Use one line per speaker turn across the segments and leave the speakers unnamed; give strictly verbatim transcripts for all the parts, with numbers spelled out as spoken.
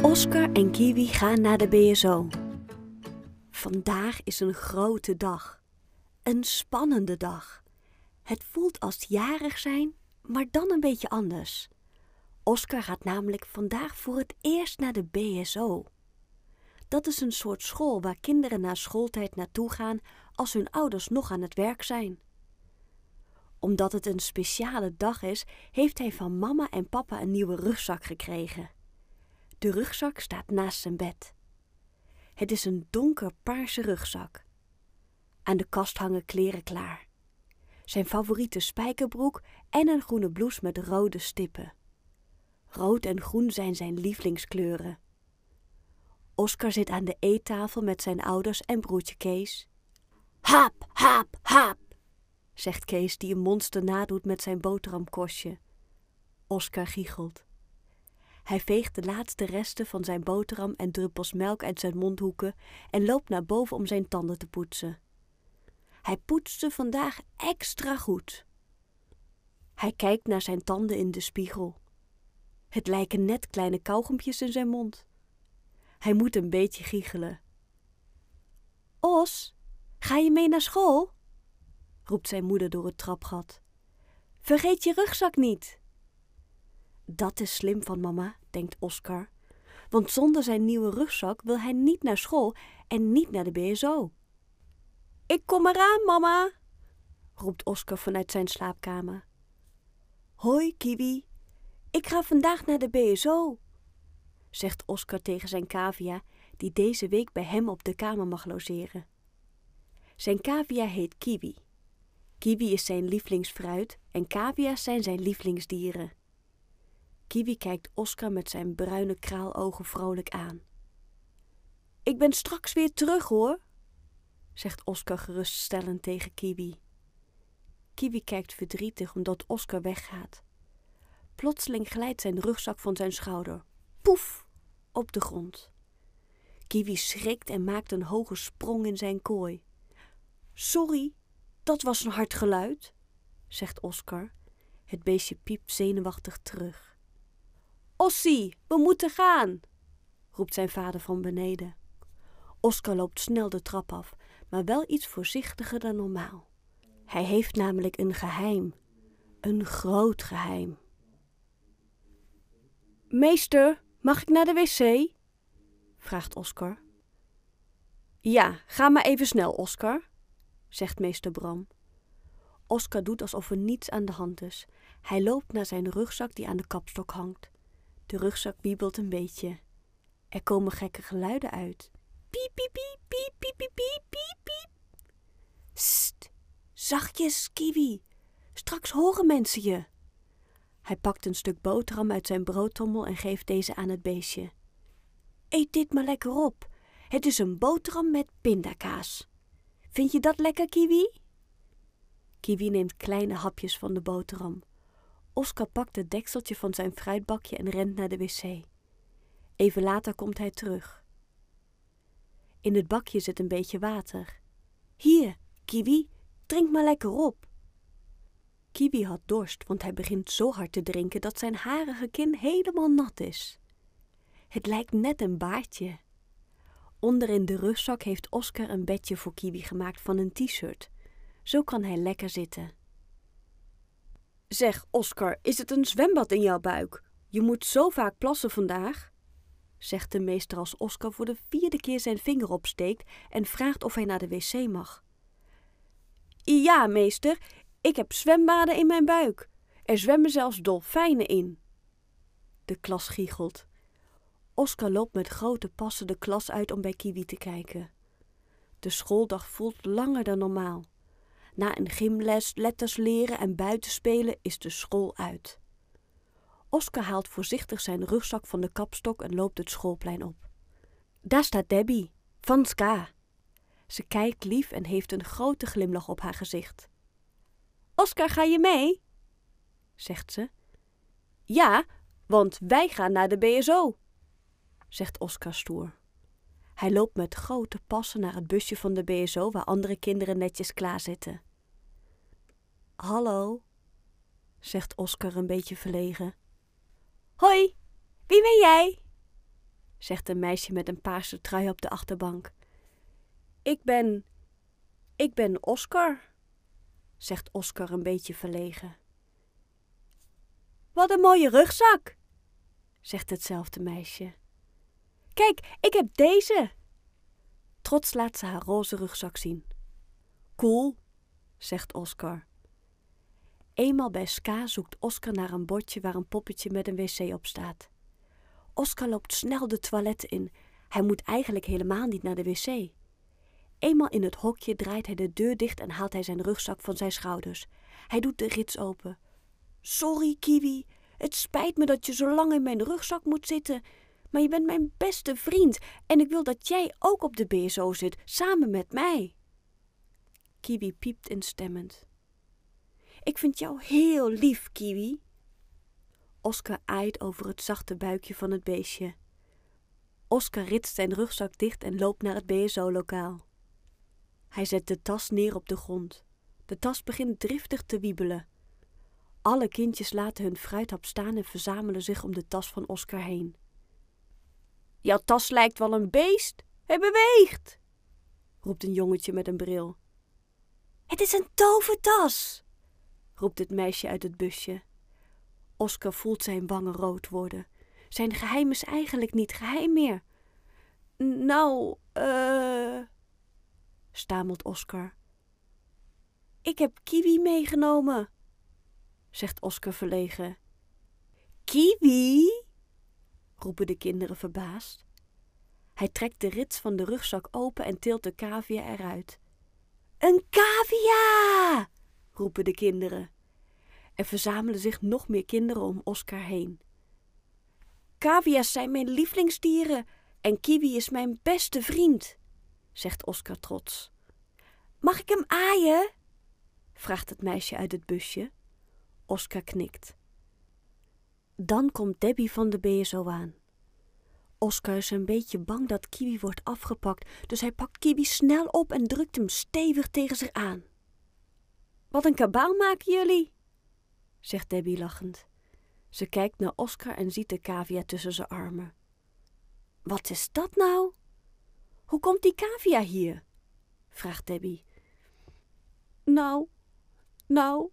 Oscar en Kiwi gaan naar de B S O. Vandaag is een grote dag. Een spannende dag. Het voelt als jarig zijn, maar dan een beetje anders. Oscar gaat namelijk vandaag voor het eerst naar de B S O. Dat is een soort school waar kinderen na schooltijd naartoe gaan als hun ouders nog aan het werk zijn. Omdat het een speciale dag is, heeft hij van mama en papa een nieuwe rugzak gekregen. De rugzak staat naast zijn bed. Het is een donkerpaarse rugzak. Aan de kast hangen kleren klaar. Zijn favoriete spijkerbroek en een groene blouse met rode stippen. Rood en groen zijn zijn lievelingskleuren. Oscar zit aan de eettafel met zijn ouders en broertje Kees. Hap, hap, hap, zegt Kees die een monster nadoet met zijn boterhamkostje. Oscar giechelt. Hij veegt de laatste resten van zijn boterham en druppels melk uit zijn mondhoeken en loopt naar boven om zijn tanden te poetsen. Hij poetst ze vandaag extra goed. Hij kijkt naar zijn tanden in de spiegel. Het lijken net kleine kauwgompjes in zijn mond. Hij moet een beetje giechelen. Os, ga je mee naar school? Roept zijn moeder door het trapgat. Vergeet je rugzak niet. Dat is slim van mama, denkt Oscar, want zonder zijn nieuwe rugzak wil hij niet naar school en niet naar de B S O. Ik kom eraan, mama, roept Oscar vanuit zijn slaapkamer. Hoi, Kiwi, ik ga vandaag naar de B S O, zegt Oscar tegen zijn cavia, die deze week bij hem op de kamer mag logeren. Zijn cavia heet Kiwi. Kiwi is zijn lievelingsfruit en cavia's zijn zijn lievelingsdieren. Kiwi kijkt Oscar met zijn bruine kraalogen vrolijk aan. Ik ben straks weer terug, hoor, zegt Oscar geruststellend tegen Kiwi. Kiwi kijkt verdrietig omdat Oscar weggaat. Plotseling glijdt zijn rugzak van zijn schouder. Poef! Op de grond. Kiwi schrikt en maakt een hoge sprong in zijn kooi. Sorry, dat was een hard geluid, zegt Oscar. Het beestje piept zenuwachtig terug. Ossie, we moeten gaan, roept zijn vader van beneden. Oscar loopt snel de trap af, maar wel iets voorzichtiger dan normaal. Hij heeft namelijk een geheim. Een groot geheim. Meester, mag ik naar de wc? Vraagt Oscar. Ja, ga maar even snel, Oscar, zegt meester Bram. Oscar doet alsof er niets aan de hand is. Hij loopt naar zijn rugzak die aan de kapstok hangt. De rugzak wiebelt een beetje. Er komen gekke geluiden uit. Piep, piep, piep, piep, piep, piep, piep, piep, piep. Sst, zachtjes, Kiwi. Straks horen mensen je. Hij pakt een stuk boterham uit zijn broodtrommel en geeft deze aan het beestje. Eet dit maar lekker op. Het is een boterham met pindakaas. Vind je dat lekker, Kiwi? Kiwi neemt kleine hapjes van de boterham. Oscar pakt het dekseltje van zijn fruitbakje en rent naar de wc. Even later komt hij terug. In het bakje zit een beetje water. Hier, Kiwi, drink maar lekker op. Kiwi had dorst, want hij begint zo hard te drinken dat zijn harige kin helemaal nat is. Het lijkt net een baardje. Onder in de rugzak heeft Oscar een bedje voor Kiwi gemaakt van een t-shirt. Zo kan hij lekker zitten. Zeg, Oscar, is het een zwembad in jouw buik? Je moet zo vaak plassen vandaag, zegt de meester als Oscar voor de vierde keer zijn vinger opsteekt en vraagt of hij naar de wc mag. Ja, meester, ik heb zwembaden in mijn buik. Er zwemmen zelfs dolfijnen in. De klas giechelt. Oscar loopt met grote passen de klas uit om bij Kiwi te kijken. De schooldag voelt langer dan normaal. Na een gymles, letters leren en buitenspelen is de school uit. Oscar haalt voorzichtig zijn rugzak van de kapstok en loopt het schoolplein op. Daar staat Debbie, van Ska. Ze kijkt lief en heeft een grote glimlach op haar gezicht. Oscar, ga je mee? Zegt ze. Ja, want wij gaan naar de B S O, zegt Oscar stoer. Hij loopt met grote passen naar het busje van de B S O waar andere kinderen netjes klaarzitten. Hallo, zegt Oscar een beetje verlegen. Hoi, wie ben jij? zegt een meisje met een paarse trui op de achterbank. Ik ben... ik ben Oscar, zegt Oscar een beetje verlegen. Wat een mooie rugzak, zegt hetzelfde meisje. Kijk, ik heb deze. Trots laat ze haar roze rugzak zien. Cool, zegt Oscar. Eenmaal bij Ska zoekt Oscar naar een bordje waar een poppetje met een wc op staat. Oscar loopt snel de toiletten in. Hij moet eigenlijk helemaal niet naar de wc. Eenmaal in het hokje draait hij de deur dicht en haalt hij zijn rugzak van zijn schouders. Hij doet de rits open. Sorry, Kiwi. Het spijt me dat je zo lang in mijn rugzak moet zitten. Maar je bent mijn beste vriend en ik wil dat jij ook op de B S O zit, samen met mij. Kiwi piept instemmend. Ik vind jou heel lief, Kiwi. Oscar aait over het zachte buikje van het beestje. Oscar ritst zijn rugzak dicht en loopt naar het B S O-lokaal. Hij zet de tas neer op de grond. De tas begint driftig te wiebelen. Alle kindjes laten hun fruithap staan en verzamelen zich om de tas van Oscar heen. Jouw tas lijkt wel een beest. Hij beweegt, roept een jongetje met een bril. Het is een tovertas, roept het meisje uit het busje. Oscar voelt zijn wangen rood worden. Zijn geheim is eigenlijk niet geheim meer. Nou, eh... Uh, stamelt Oscar. Ik heb Kiwi meegenomen, zegt Oscar verlegen. Kiwi? Roepen de kinderen verbaasd. Hij trekt de rits van de rugzak open en tilt de cavia eruit. Een cavia! Roepen de kinderen. Er verzamelen zich nog meer kinderen om Oscar heen. Cavia's zijn mijn lievelingsdieren en Kiwi is mijn beste vriend, zegt Oscar trots. Mag ik hem aaien? Vraagt het meisje uit het busje. Oscar knikt. Dan komt Debbie van de B S O aan. Oscar is een beetje bang dat Kiwi wordt afgepakt, dus hij pakt Kiwi snel op en drukt hem stevig tegen zich aan. Wat een kabaal maken jullie, zegt Debbie lachend. Ze kijkt naar Oscar en ziet de cavia tussen zijn armen. Wat is dat nou? Hoe komt die cavia hier? Vraagt Debbie. Nou, nou...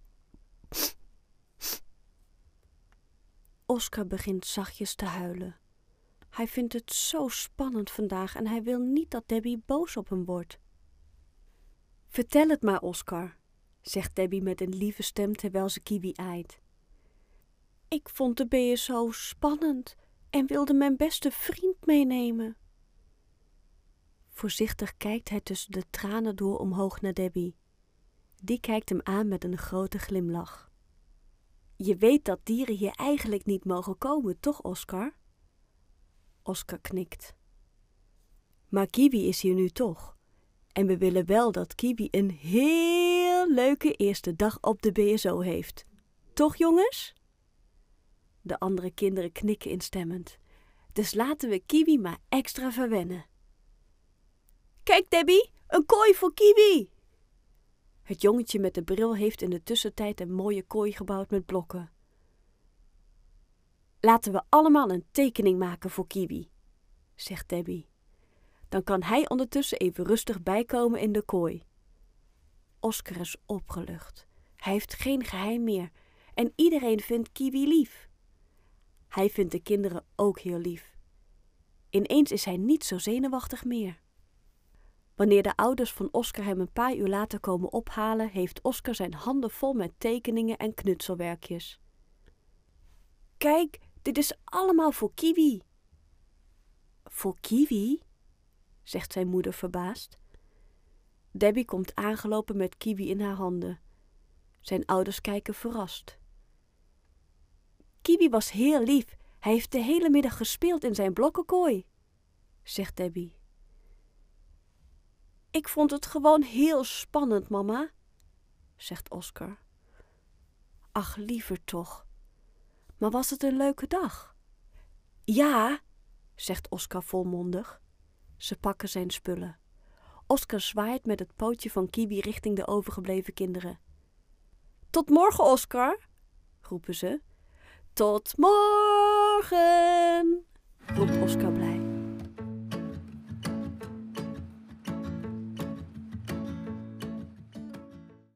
Oscar begint zachtjes te huilen. Hij vindt het zo spannend vandaag en hij wil niet dat Debbie boos op hem wordt. Vertel het maar, Oscar, zegt Debbie met een lieve stem terwijl ze Kiwi aait. Ik vond de B S O spannend en wilde mijn beste vriend meenemen. Voorzichtig kijkt hij tussen de tranen door omhoog naar Debbie. Die kijkt hem aan met een grote glimlach. Je weet dat dieren hier eigenlijk niet mogen komen, toch, Oscar? Oscar knikt. Maar Kiwi is hier nu toch. En we willen wel dat Kiwi een heel leuke eerste dag op de B S O heeft. Toch, jongens? De andere kinderen knikken instemmend. Dus laten we Kiwi maar extra verwennen. Kijk, Debbie, een kooi voor Kiwi! Het jongetje met de bril heeft in de tussentijd een mooie kooi gebouwd met blokken. Laten we allemaal een tekening maken voor Kiwi, zegt Debbie. Dan kan hij ondertussen even rustig bijkomen in de kooi. Oscar is opgelucht. Hij heeft geen geheim meer en iedereen vindt Kiwi lief. Hij vindt de kinderen ook heel lief. Ineens is hij niet zo zenuwachtig meer. Wanneer de ouders van Oscar hem een paar uur later komen ophalen, heeft Oscar zijn handen vol met tekeningen en knutselwerkjes. Kijk, dit is allemaal voor Kiwi. Voor Kiwi? Zegt zijn moeder verbaasd. Debbie komt aangelopen met Kiwi in haar handen. Zijn ouders kijken verrast. Kiwi was heel lief. Hij heeft de hele middag gespeeld in zijn blokkenkooi, zegt Debbie. Ik vond het gewoon heel spannend, mama, zegt Oscar. Ach, liever toch. Maar was het een leuke dag? Ja, zegt Oscar volmondig. Ze pakken zijn spullen. Oscar zwaait met het pootje van Kiwi richting de overgebleven kinderen. Tot morgen, Oscar, roepen ze. Tot morgen! roept Oscar blij.